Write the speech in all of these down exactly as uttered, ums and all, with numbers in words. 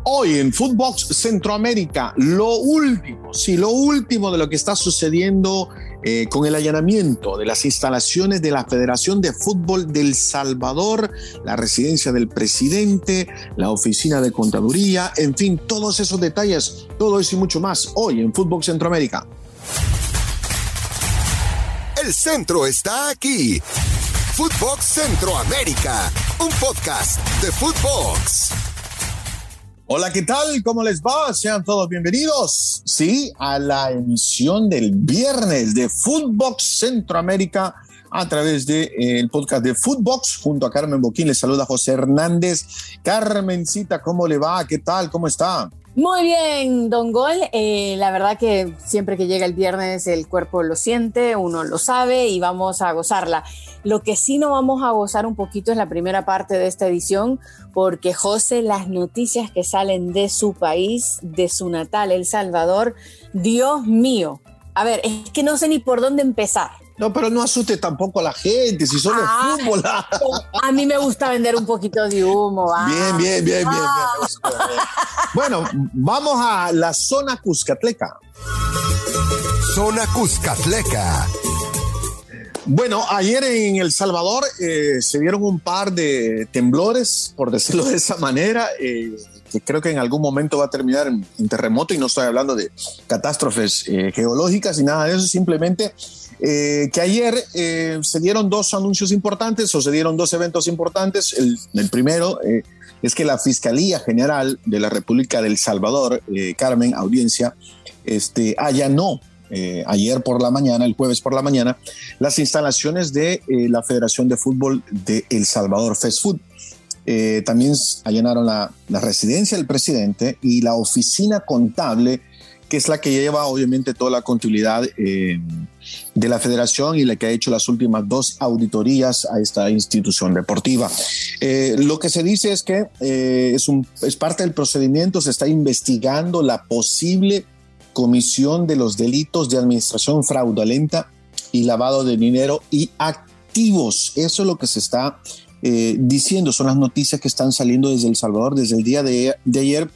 Hoy en Footbox Centroamérica, lo último, sí, lo último de lo que está sucediendo eh, con el allanamiento de las instalaciones de la Federación de Fútbol del Salvador, la residencia del presidente, la oficina de contaduría, en fin, todos esos detalles, todo eso y mucho más, hoy en Footbox Centroamérica. El centro está aquí. Footbox Centroamérica, un podcast de Footbox. Hola, ¿qué tal? ¿Cómo les va? Sean todos bienvenidos, sí, a la emisión del viernes de Footbox Centroamérica a través del de, eh, podcast de Footbox. Junto a Carmen Boquín les saluda José Hernández. Carmencita, ¿cómo le va? ¿Qué tal? ¿Cómo está? Muy bien, Don Gol. Eh, la verdad que siempre que llega el viernes el cuerpo lo siente, uno lo sabe y vamos a gozarla. Lo que sí no vamos a gozar un poquito es la primera parte de esta edición, porque José, las noticias que salen de su país, de su natal, El Salvador, Dios mío. A ver, es que no sé ni por dónde empezar. No, pero no asuste tampoco a la gente, si solo ah, es fútbol. A mí me gusta vender un poquito de humo. Ah. Bien, bien, bien, bien, ah. bien. Bueno, vamos a la zona Cuscatleca. Zona Cuscatleca. Bueno, ayer en El Salvador eh, se vieron un par de temblores, por decirlo de esa manera, eh, que creo que en algún momento va a terminar en, en terremoto, y no estoy hablando de catástrofes eh, geológicas ni nada de eso, simplemente eh, que ayer eh, se dieron dos anuncios importantes o se dieron dos eventos importantes. El, el primero eh, es que la Fiscalía General de la República del Salvador, eh, Carmen, audiencia, este, allanó Eh, ayer por la mañana, el jueves por la mañana, las instalaciones de eh, la Federación de Fútbol de El Salvador, FESFUT. Eh, también allanaron la, la residencia del presidente y la oficina contable, que es la que lleva obviamente toda la contabilidad eh, de la federación y la que ha hecho las últimas dos auditorías a esta institución deportiva. Eh, lo que se dice es que eh, es, un, es parte del procedimiento, se está investigando la posible comisión de los delitos de administración fraudulenta y lavado de dinero y activos. Eso es lo que se está eh, diciendo, son las noticias que están saliendo desde El Salvador desde el día de, de ayer,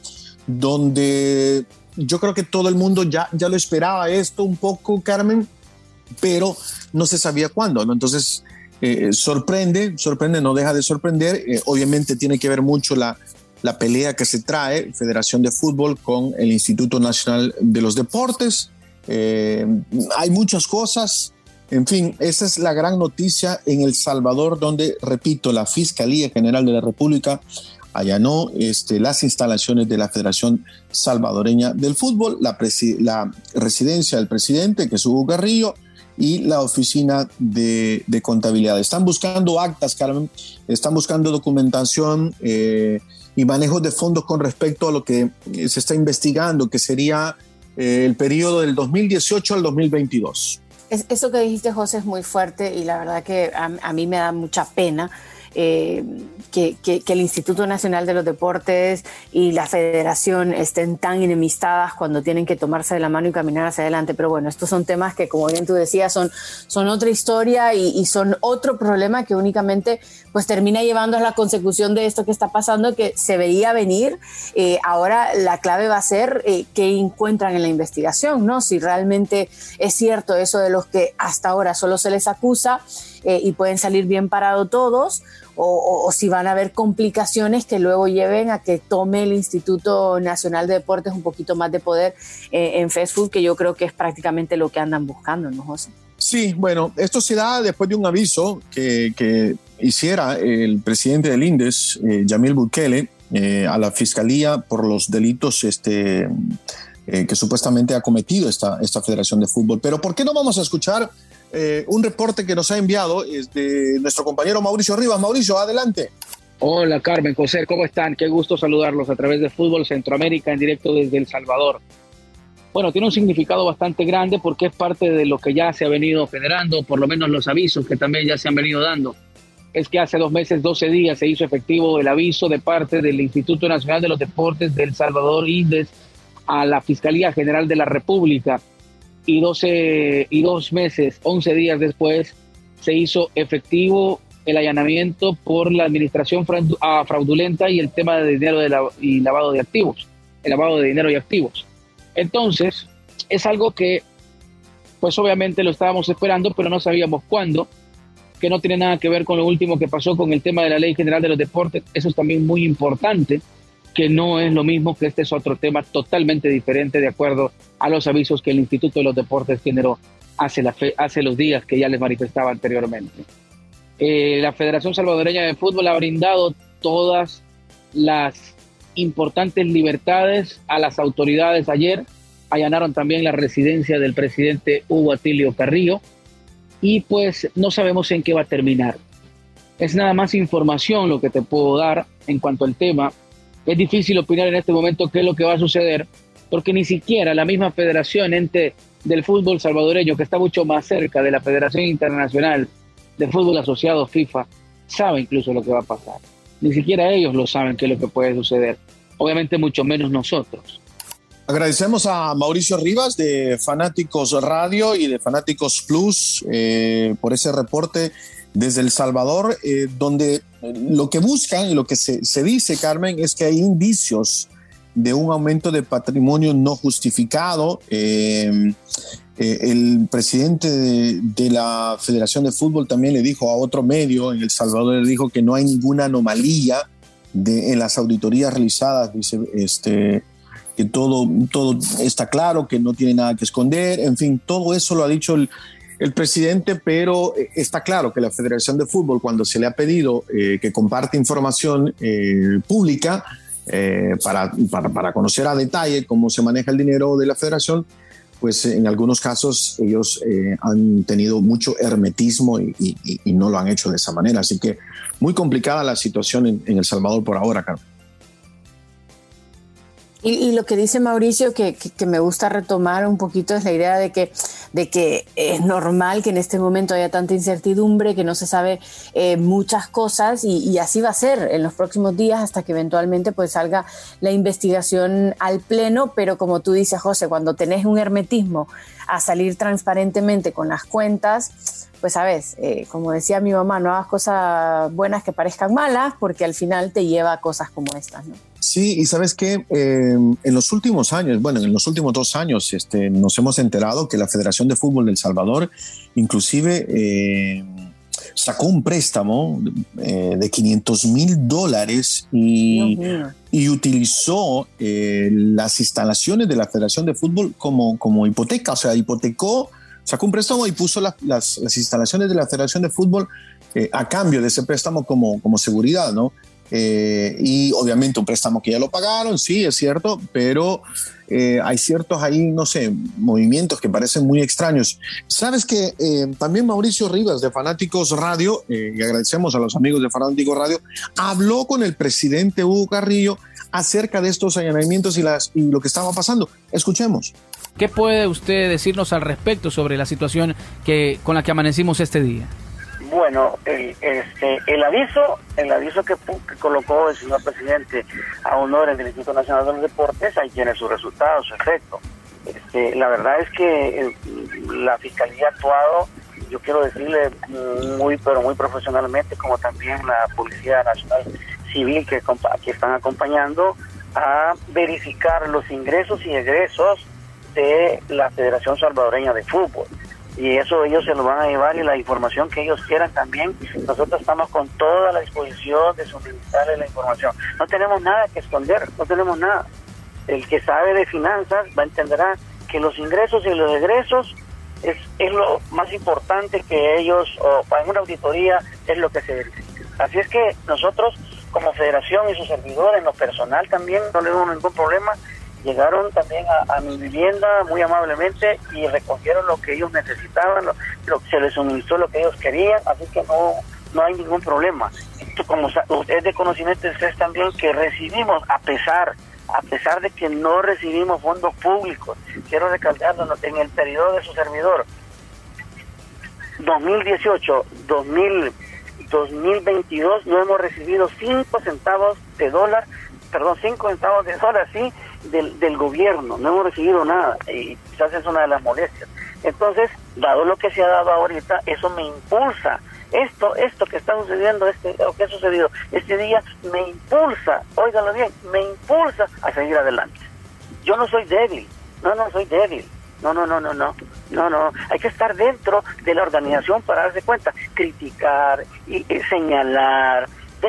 donde yo creo que todo el mundo ya, ya lo esperaba esto un poco, Carmen, pero no se sabía cuándo, ¿no? Entonces eh, sorprende, sorprende, no deja de sorprender. Eh, obviamente tiene que ver mucho la la pelea que se trae Federación de Fútbol con el Instituto Nacional de los Deportes. Eh, hay muchas cosas, en fin, esa es la gran noticia en El Salvador, donde, repito, la Fiscalía General de la República allanó este, las instalaciones de la Federación Salvadoreña del Fútbol, la, presi- la residencia del presidente, que es Hugo Carrillo, y la oficina de, de contabilidad. Están buscando actas, Carmen, están buscando documentación eh, y manejos de fondos con respecto a lo que se está investigando, que sería eh, el periodo del dos mil dieciocho al dos mil veintidós. Es, eso que dijiste, José, es muy fuerte y la verdad que a, a mí me da mucha pena eh, que, que, que el Instituto Nacional de los Deportes y la Federación estén tan enemistadas cuando tienen que tomarse de la mano y caminar hacia adelante. Pero bueno, estos son temas que, como bien tú decías, son, son otra historia y, y son otro problema que únicamente pues termina llevando a la consecución de esto que está pasando, que se veía venir. Eh, ahora la clave va a ser eh, qué encuentran en la investigación, ¿no? Si realmente es cierto eso de los que hasta ahora solo se les acusa eh, y pueden salir bien parados todos, o, o, o si van a haber complicaciones que luego lleven a que tome el Instituto Nacional de Deportes un poquito más de poder eh, en FESFUT, que yo creo que es prácticamente lo que andan buscando, ¿no, José? Sí, bueno, esto se da después de un aviso que, que hiciera el presidente del INDES, eh, Yamil Bukele, eh, a la Fiscalía por los delitos este, eh, que supuestamente ha cometido esta, esta Federación de Fútbol. Pero ¿por qué no vamos a escuchar eh, un reporte que nos ha enviado este, nuestro compañero Mauricio Rivas? Mauricio, adelante. Hola Carmen, José, ¿cómo están? Qué gusto saludarlos a través de Fútbol Centroamérica en directo desde El Salvador. Bueno, tiene un significado bastante grande porque es parte de lo que ya se ha venido generando, por lo menos los avisos que también ya se han venido dando. Es que hace dos meses, doce días, se hizo efectivo el aviso de parte del Instituto Nacional de los Deportes de El Salvador, INDES, a la Fiscalía General de la República. Y, doce, y dos meses, once días después, se hizo efectivo el allanamiento por la administración fraudulenta y el tema de dinero de la, y lavado de activos, el lavado de dinero y activos. Entonces, es algo que, pues obviamente lo estábamos esperando, pero no sabíamos cuándo, que no tiene nada que ver con lo último que pasó con el tema de la Ley General de los Deportes. Eso es también muy importante, que no es lo mismo, que este es otro tema totalmente diferente de acuerdo a los avisos que el Instituto de los Deportes generó hace, la fe, hace los días que ya les manifestaba anteriormente. Eh, la Federación Salvadoreña de Fútbol ha brindado todas las importantes libertades a las autoridades. Ayer allanaron también la residencia del presidente Hugo Atilio Carrillo y pues no sabemos en qué va a terminar. Es nada más información lo que te puedo dar en cuanto al tema. Es difícil opinar en este momento qué es lo que va a suceder, porque ni siquiera la misma federación, ente del fútbol salvadoreño, que está mucho más cerca de la Federación Internacional de Fútbol Asociado FIFA, sabe incluso lo que va a pasar. Ni siquiera ellos lo saben qué es lo que puede suceder. Obviamente mucho menos nosotros. Agradecemos a Mauricio Rivas de Fanáticos Radio y de Fanáticos Plus eh, por ese reporte desde El Salvador, eh, donde lo que buscan y lo que se, se dice, Carmen, es que hay indicios de un aumento de patrimonio no justificado. Eh, eh, el presidente de, de la Federación de Fútbol también le dijo a otro medio en El Salvador, le dijo que no hay ninguna anomalía de, en las auditorías realizadas, dice este, que todo, todo está claro, que no tiene nada que esconder, en fin, todo eso lo ha dicho el el presidente, pero está claro que la Federación de Fútbol, cuando se le ha pedido eh, que comparte información eh, pública eh, para, para, para conocer a detalle cómo se maneja el dinero de la federación, pues en algunos casos ellos eh, han tenido mucho hermetismo y, y, y no lo han hecho de esa manera. Así que muy complicada la situación en, en El Salvador por ahora, Carmen. Y, y lo que dice Mauricio, que, que, que me gusta retomar un poquito, es la idea de que, de que es normal que en este momento haya tanta incertidumbre, que no se sabe eh, muchas cosas, y, y así va a ser en los próximos días hasta que eventualmente pues salga la investigación al pleno. Pero como tú dices, José, cuando tenés un hermetismo a salir transparentemente con las cuentas, pues sabes, eh, como decía mi mamá, no hagas cosas buenas que parezcan malas, porque al final te lleva a cosas como estas, ¿no? Sí, y sabes que eh, en los últimos años, bueno, en los últimos dos años este, nos hemos enterado que la Federación de Fútbol de El Salvador inclusive eh, sacó un préstamo eh, de quinientos mil dólares y, y utilizó eh, las instalaciones de la Federación de Fútbol como, como hipoteca, o sea, hipotecó, sacó un préstamo y puso la, las, las instalaciones de la Federación de Fútbol eh, a cambio de ese préstamo como, como seguridad, ¿no? Eh, y obviamente un préstamo que ya lo pagaron, sí, es cierto, pero eh, hay ciertos ahí, no sé, movimientos que parecen muy extraños. Sabes que eh, también Mauricio Rivas de Fanáticos Radio, eh, y agradecemos a los amigos de Fanáticos Radio, habló con el presidente Hugo Carrillo acerca de estos allanamientos y, las, y lo que estaba pasando. Escuchemos. ¿Qué puede usted decirnos al respecto sobre la situación que, con la que amanecimos este día? Bueno, el, este, el aviso, el aviso que, que colocó el señor presidente a honores del Instituto Nacional de los Deportes, ahí tiene sus resultados, su efecto. Este, la verdad es que eh, la Fiscalía ha actuado, yo quiero decirle, muy pero muy profesionalmente, como también la Policía Nacional Civil que, que están acompañando a verificar los ingresos y egresos de la Federación Salvadoreña de Fútbol. Y eso ellos se lo van a llevar, y la información que ellos quieran también, nosotros estamos con toda la disposición de suministrarles la información. No tenemos nada que esconder, no tenemos nada. El que sabe de finanzas va a entenderá que los ingresos y los egresos es, es lo más importante que ellos, o para una auditoría, es lo que se verifica. Así es que nosotros, como federación y su servidor, en lo personal también, no le vemos ningún problema. Llegaron también a, a mi vivienda muy amablemente y recogieron lo que ellos necesitaban, lo, lo se les suministró lo que ellos querían, así que no no hay ningún problema. Esto, como es de conocimiento de ustedes también, que recibimos, a pesar a pesar de que no recibimos fondos públicos, quiero recalcarlo, en el periodo de su servidor, dos mil dieciocho dos mil veintidós, no hemos recibido cinco centavos de dólar, perdón, cinco centavos de dólar, sí, Del, del gobierno, no hemos recibido nada, y quizás es una de las molestias. Entonces, dado lo que se ha dado ahorita, eso me impulsa esto, esto que está sucediendo, este, o que ha sucedido este día, me impulsa, óigalo bien, me impulsa a seguir adelante. Yo no soy débil, no, no soy débil, no, no, no, no, no, no, no, hay que estar dentro de la organización para darse cuenta, criticar, y, y señalar,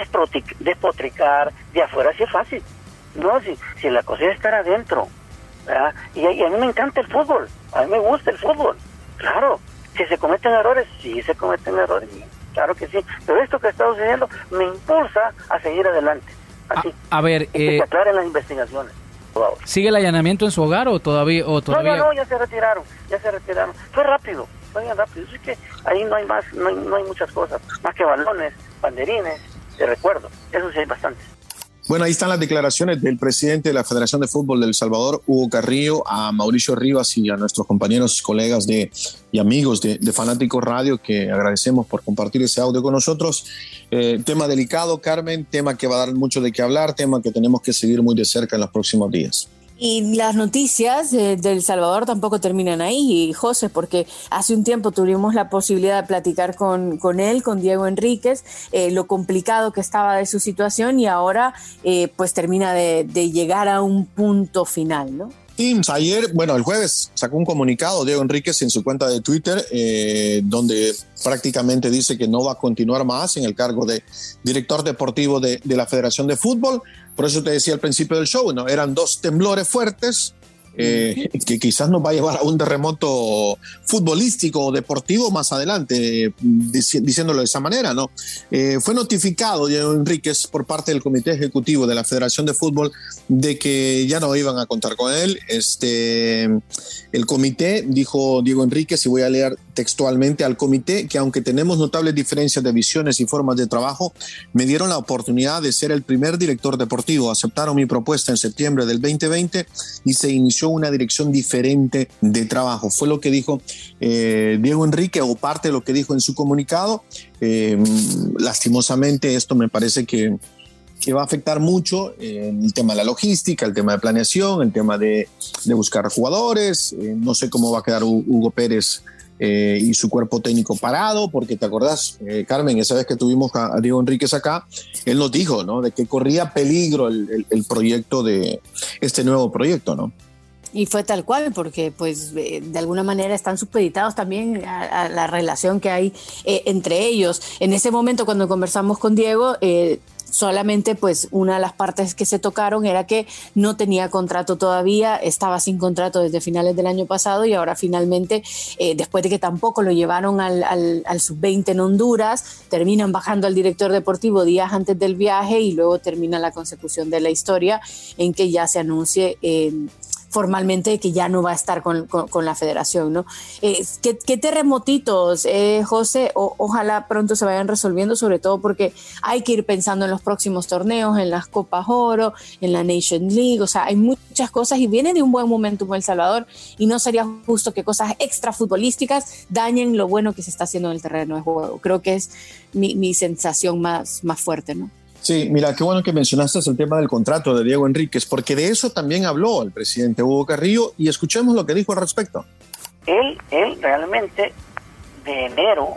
despotricar, de afuera sí es fácil, no, si, si la cosa es estar adentro, ¿verdad? Y, y a mí me encanta el fútbol, a mí me gusta el fútbol, claro, que se cometen errores, sí se cometen errores, claro que sí, pero esto que está sucediendo me impulsa a seguir adelante, así, a, a ver, y que eh, se aclaren las investigaciones. ¿Sigue el allanamiento en su hogar o todavía? O todavía... No, no, no, ya se retiraron, ya se retiraron, fue rápido, fue bien rápido, es que ahí no hay más, no hay, no hay muchas cosas, más que balones, banderines, de recuerdo, eso sí hay bastante. Bueno, ahí están las declaraciones del presidente de la Federación de Fútbol de El Salvador, Hugo Carrillo, a Mauricio Rivas y a nuestros compañeros, colegas de, y amigos de, de Fanáticos Radio, que agradecemos por compartir ese audio con nosotros. Eh, tema delicado, Carmen, tema que va a dar mucho de qué hablar, tema que tenemos que seguir muy de cerca en los próximos días. Y las noticias eh, de El Salvador tampoco terminan ahí, José, porque hace un tiempo tuvimos la posibilidad de platicar con, con él, con Diego Enríquez, eh, lo complicado que estaba de su situación y ahora eh, pues termina de, de llegar a un punto final, ¿no? Teams, ayer, bueno, el jueves sacó un comunicado Diego Enríquez en su cuenta de Twitter, eh, donde prácticamente dice que no va a continuar más en el cargo de director deportivo de, de la Federación de Fútbol. Por eso te decía al principio del show, ¿no? Eran dos temblores fuertes eh, que quizás nos va a llevar a un terremoto futbolístico o deportivo más adelante, eh, dic- diciéndolo de esa manera, ¿no? Eh, fue notificado Diego Enríquez por parte del Comité Ejecutivo de la Federación de Fútbol de que ya no iban a contar con él. Este, el comité, dijo Diego Enríquez, y voy a leer textualmente al comité, que aunque tenemos notables diferencias de visiones y formas de trabajo, me dieron la oportunidad de ser el primer director deportivo. Aceptaron mi propuesta en septiembre del veinte veinte y se inició una dirección diferente de trabajo. Fue lo que dijo eh, Diego Enríquez, o parte de lo que dijo en su comunicado. Eh, lastimosamente esto me parece que que va a afectar mucho eh, el tema de la logística, el tema de planeación, el tema de, de buscar jugadores. Eh, no sé cómo va a quedar Hugo Pérez eh, y su cuerpo técnico parado, porque te acordás, eh, Carmen, esa vez que tuvimos a, a Diego Enríquez acá, él nos dijo, ¿no?, de que corría peligro el, el, el proyecto de este nuevo proyecto, ¿no? Y fue tal cual, porque pues de alguna manera están supeditados también a, a la relación que hay eh, entre ellos. En ese momento, cuando conversamos con Diego, eh, solamente pues una de las partes que se tocaron era que no tenía contrato todavía, estaba sin contrato desde finales del año pasado y ahora finalmente, eh, después de que tampoco lo llevaron al, al, al sub veinte en Honduras, terminan bajando al director deportivo días antes del viaje y luego termina la consecución de la historia en que ya se anuncie eh, formalmente que ya no va a estar con, con, con la federación, ¿no? Eh, ¿qué, ¿Qué terremotitos, eh, José? O, ojalá pronto se vayan resolviendo, sobre todo porque hay que ir pensando en los próximos torneos, en las Copas Oro, en la Nation League, o sea, hay muchas cosas y viene de un buen momento en El Salvador y no sería justo que cosas extra futbolísticas dañen lo bueno que se está haciendo en el terreno de juego. Creo que es mi, mi sensación más, más fuerte, ¿no? Sí, mira, qué bueno que mencionaste el tema del contrato de Diego Enríquez, porque de eso también habló el presidente Hugo Carrillo y escuchemos lo que dijo al respecto. Él, él realmente de enero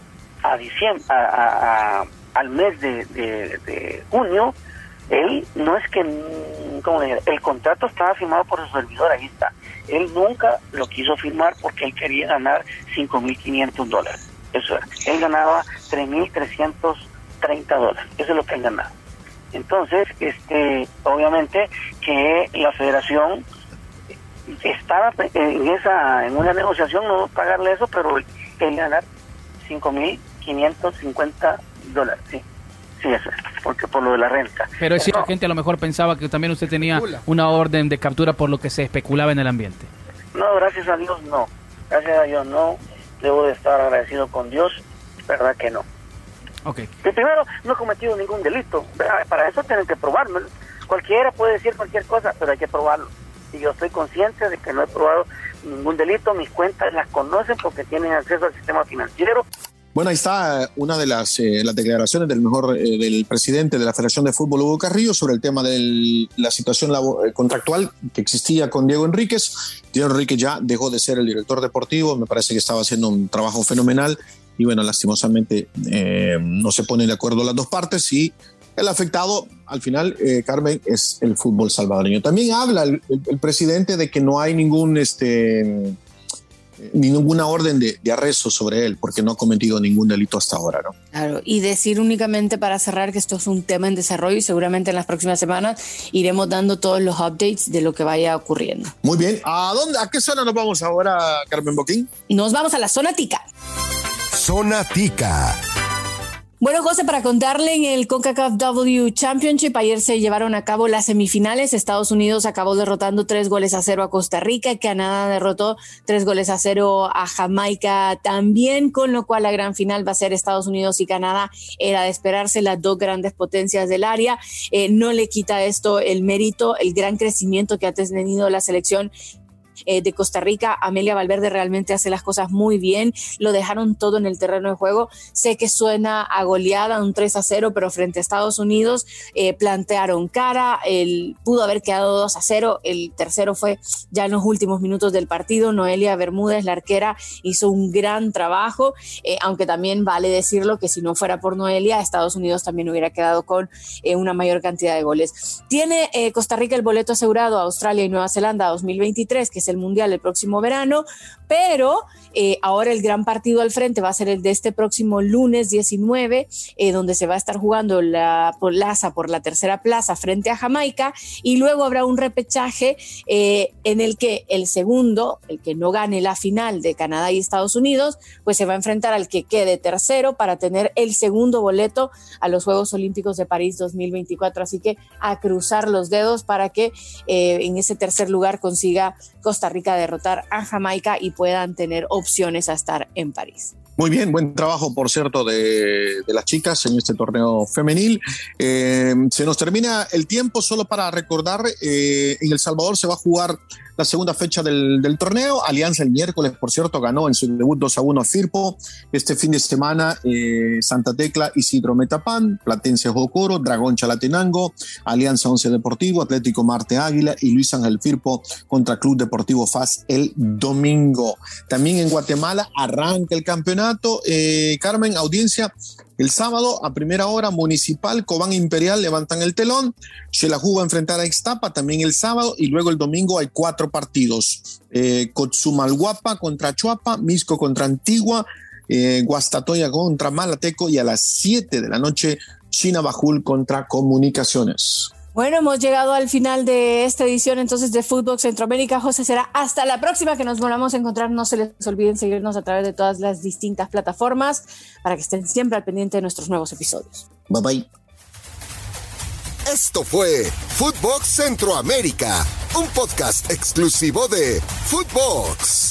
a diciembre, a, a, a, al mes de, de, de junio, él no es que, ¿cómo le diré? El contrato estaba firmado por su servidor, ahí está. Él nunca lo quiso firmar porque él quería ganar cinco mil quinientos dólares. Eso era. Él ganaba tres mil trescientos treinta dólares, eso es lo que han ganado. Entonces, este, obviamente que la federación estaba en esa, en una negociación, no pagarle eso, pero quería ganar cinco mil quinientos cincuenta dólares, sí, sí, eso es, porque por lo de la renta. Pero es cierto, no, la gente a lo mejor pensaba que también usted tenía una orden de captura por lo que se especulaba en el ambiente. No, gracias a Dios no, gracias a Dios no, debo de estar agradecido con Dios, verdad que no. Okay. Primero, no he cometido ningún delito. Para eso tienen que probarlo. Cualquiera puede decir cualquier cosa, pero hay que probarlo. Y yo estoy consciente de que no he probado ningún delito. Mis cuentas las conocen porque tienen acceso al sistema financiero. Bueno, ahí está una de las, eh, las declaraciones del mejor eh, del presidente de la Federación de Fútbol, Hugo Carrillo, sobre el tema de la situación labo- contractual que existía con Diego Enríquez. Diego Enríquez ya dejó de ser el director deportivo, me parece que estaba haciendo un trabajo fenomenal y bueno, lastimosamente eh, no se ponen de acuerdo las dos partes y el afectado al final, eh, Carmen, es el fútbol salvadoreño. También habla el, el, el presidente de que no hay ningún este ninguna orden de, de arresto sobre él porque no ha cometido ningún delito hasta ahora, ¿no? Claro, y decir únicamente para cerrar que esto es un tema en desarrollo y seguramente en las próximas semanas iremos dando todos los updates de lo que vaya ocurriendo. Muy bien, ¿a dónde, a qué zona nos vamos ahora, Carmen Boquín? Nos vamos a la zona tica. Zona tica. Bueno, José, para contarle, en el CONCACAF W Championship ayer se llevaron a cabo las semifinales. Estados Unidos acabó derrotando tres goles a cero a Costa Rica. Canadá derrotó tres goles a cero a Jamaica también, con lo cual la gran final va a ser Estados Unidos y Canadá. Era de esperarse, las dos grandes potencias del área. Eh, no le quita esto el mérito, el gran crecimiento que ha tenido la selección Eh, de Costa Rica. Amelia Valverde realmente hace las cosas muy bien, lo dejaron todo en el terreno de juego. Sé que suena a goleada, un tres a cero, pero frente a Estados Unidos eh, plantearon cara, el, pudo haber quedado dos a cero, el tercero fue ya en los últimos minutos del partido. Noelia Bermúdez, la arquera, hizo un gran trabajo, eh, aunque también vale decirlo que si no fuera por Noelia, Estados Unidos también hubiera quedado con eh, una mayor cantidad de goles. Tiene eh, Costa Rica el boleto asegurado a Australia y Nueva Zelanda dos mil veintitrés, que es el Mundial el próximo verano, pero eh, ahora el gran partido al frente va a ser el de este próximo lunes diecinueve, eh, donde se va a estar jugando la plaza por la tercera plaza frente a Jamaica, y luego habrá un repechaje eh, en el que el segundo, el que no gane la final de Canadá y Estados Unidos, pues se va a enfrentar al que quede tercero para tener el segundo boleto a los Juegos Olímpicos de París dos mil veinticuatro, así que a cruzar los dedos para que eh, en ese tercer lugar consiga Costa Rica derrotar a Jamaica y puedan tener opciones a estar en París. Muy bien, buen trabajo, por cierto, de, de las chicas en este torneo femenil. Eh, se nos termina el tiempo, solo para recordar, eh, en El Salvador se va a jugar la segunda fecha del, del torneo. Alianza el miércoles, por cierto, ganó en su debut dos a uno a Firpo. Este fin de semana, eh, Santa Tecla, Isidro Metapán, Platense Jocoro, Dragón Chalatenango, Alianza Once Deportivo, Atlético Marte Águila y Luis Ángel Firpo contra Club Deportivo F A S el domingo. También en Guatemala arranca el campeonato. Eh, Carmen, audiencia, el sábado a primera hora, Municipal, Cobán Imperial levantan el telón. Xelajú va a enfrentar a Ixtapa también el sábado, y luego el domingo hay cuatro partidos. Eh, Cotzumalguapa contra Chuapa, Misco contra Antigua, eh, Guastatoya contra Malateco, y a las siete de la noche, Chinabajul contra Comunicaciones. Bueno, hemos llegado al final de esta edición entonces de Fútbol Centroamérica. José, será hasta la próxima que nos volvamos a encontrar. No se les olviden seguirnos a través de todas las distintas plataformas para que estén siempre al pendiente de nuestros nuevos episodios. Bye bye. Esto fue Footbox Centroamérica, un podcast exclusivo de Footbox.